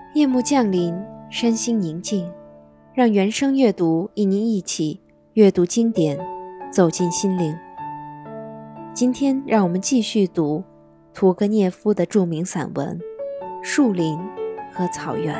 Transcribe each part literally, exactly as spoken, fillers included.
夜幕降临，身心宁静，让原声阅读与您一起阅读经典，走进心灵。今天让我们继续读屠格涅夫的著名散文《树林和草原》。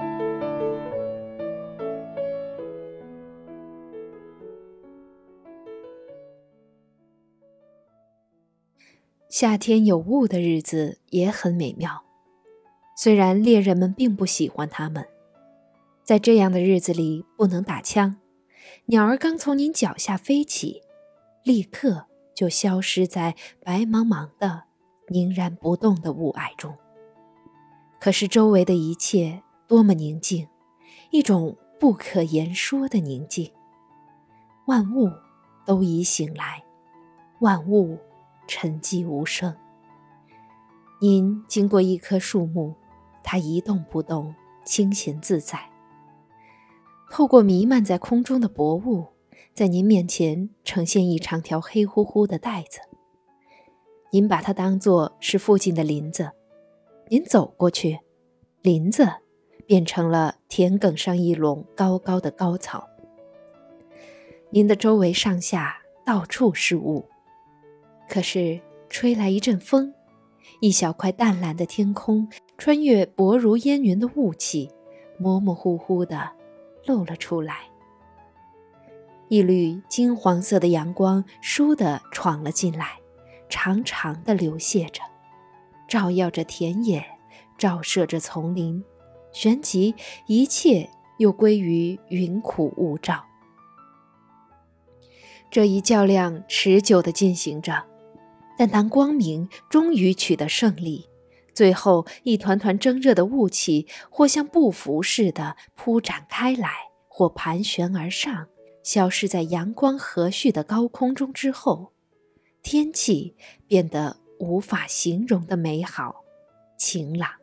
夏天有雾的日子也很美妙，虽然猎人们并不喜欢它们。在这样的日子里不能打枪，鸟儿刚从您脚下飞起，立刻就消失在白茫茫的凝然不动的雾霭中。可是周围的一切多么宁静，一种不可言说的宁静。万物都已醒来，万物沉寂无声。您经过一棵树木，它一动不动，清闲自在。透过弥漫在空中的薄雾，在您面前呈现一长条黑乎乎的带子。您把它当作是附近的林子，您走过去，林子变成了田埂上一垄高高的高草。您的周围上下到处是雾，可是吹来一阵风，一小块淡蓝的天空穿越薄如烟云的雾气，模模糊糊地露了出来。一缕金黄色的阳光倏地闯了进来，长长地流泻着，照耀着田野，照射着丛林，旋即一切又归于云苦雾罩。这一较量持久地进行着，但当光明终于取得胜利，最后一团团蒸热的雾气或像步幅似的铺展开来，或盘旋而上，消失在阳光和煦的高空中之后，天气变得无法形容的美好晴朗。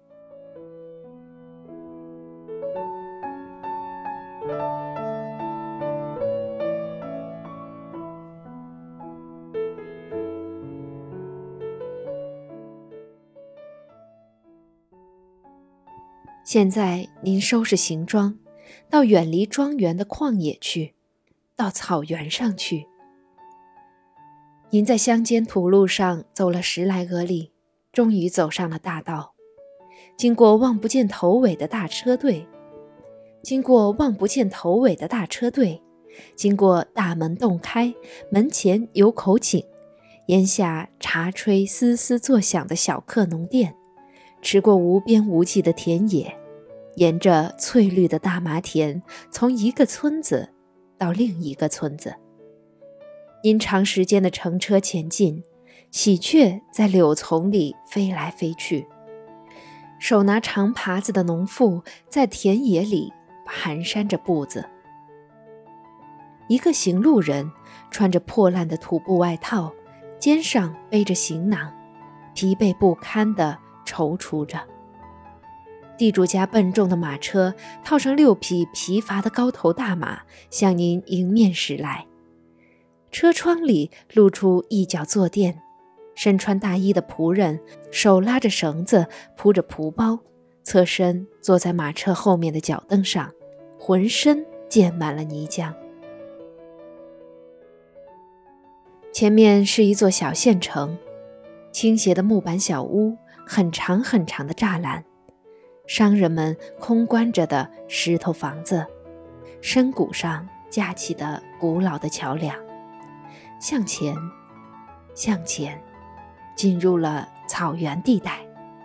现在您收拾行装，到远离庄园的旷野去，到草原上去。您在乡间土路上走了十来俄里，终于走上了大道。经过望不见头尾的大车队，经过望不见头尾的大车队，经过大门洞开，门前有口井，檐下茶炊嘶嘶作响的小客农店，驰过无边无际的田野，沿着翠绿的大麻田，从一个村子到另一个村子。因长时间的乘车前进，喜鹊在柳丛里飞来飞去，手拿长耙子的农妇在田野里蹒跚着步子。一个行路人穿着破烂的土布外套，肩上背着行囊，疲惫不堪地踌躇着。地主家笨重的马车套上六匹疲乏的高头大马，向您迎面驶来。车窗里露出一角坐垫，身穿大衣的仆人手拉着绳子，铺着蒲包，侧身坐在马车后面的脚蹬上，浑身溅满了泥浆。前面是一座小县城，倾斜的木板小屋，很长很长的栅栏，商人们空关着的石头房子，深谷上架起的古老的桥梁。向前，向前，进入了草原地带。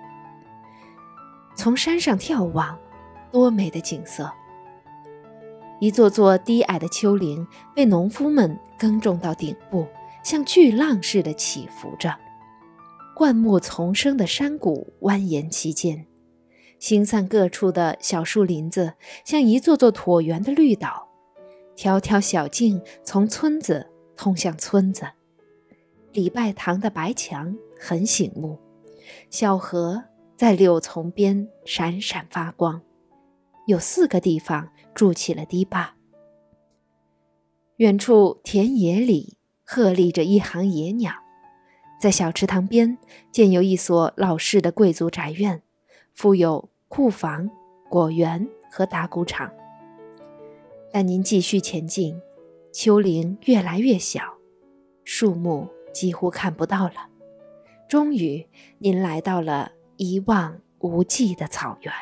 从山上眺望，多美的景色！一座座低矮的丘陵被农夫们耕种到顶部，像巨浪似的起伏着。灌木丛生的山谷蜿蜒其间，星散各处的小树林子像一座座椭圆的绿岛，条条小径从村子通向村子。礼拜堂的白墙很醒目，小河在柳丛边闪闪发光，有四个地方筑起了堤坝。远处田野里鹤立着一行野鸟，在小池塘边建有一所老式的贵族宅院，附有库房、 果园和打谷场。但您继续前进，丘陵越来越小，树木几乎看不到了。终于，您来到了一望无际的草原。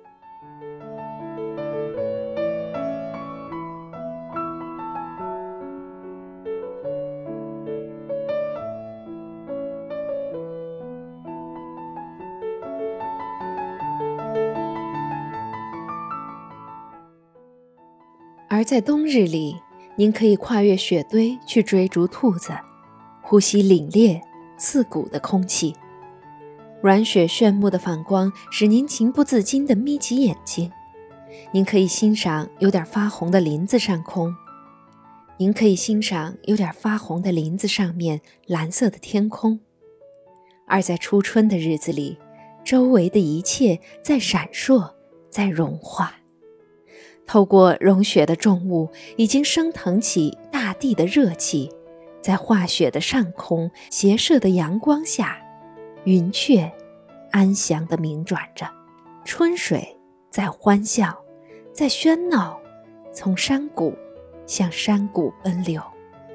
而在冬日里，您可以跨越雪堆去追逐兔子，呼吸凛冽刺骨的空气。软雪炫目的反光使您情不自禁地眯起眼睛。您可以欣赏有点发红的林子上空，您可以欣赏有点发红的林子上面蓝色的天空。而在初春的日子里，周围的一切在闪烁，在融化。透过融雪的重雾，已经升腾起大地的热气，在化雪的上空斜射的阳光下，云雀安详地鸣转着，春水在欢笑，在喧闹，从山谷向山谷奔流。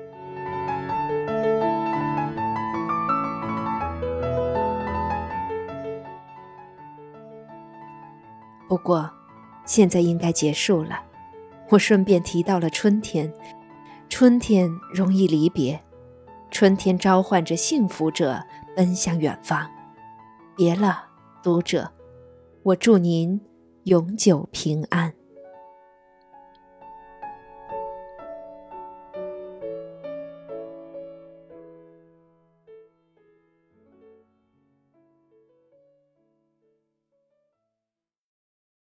不过现在应该结束了，我顺便提到了春天。春天容易离别，春天召唤着幸福者奔向远方。别了，读者，我祝您永久平安。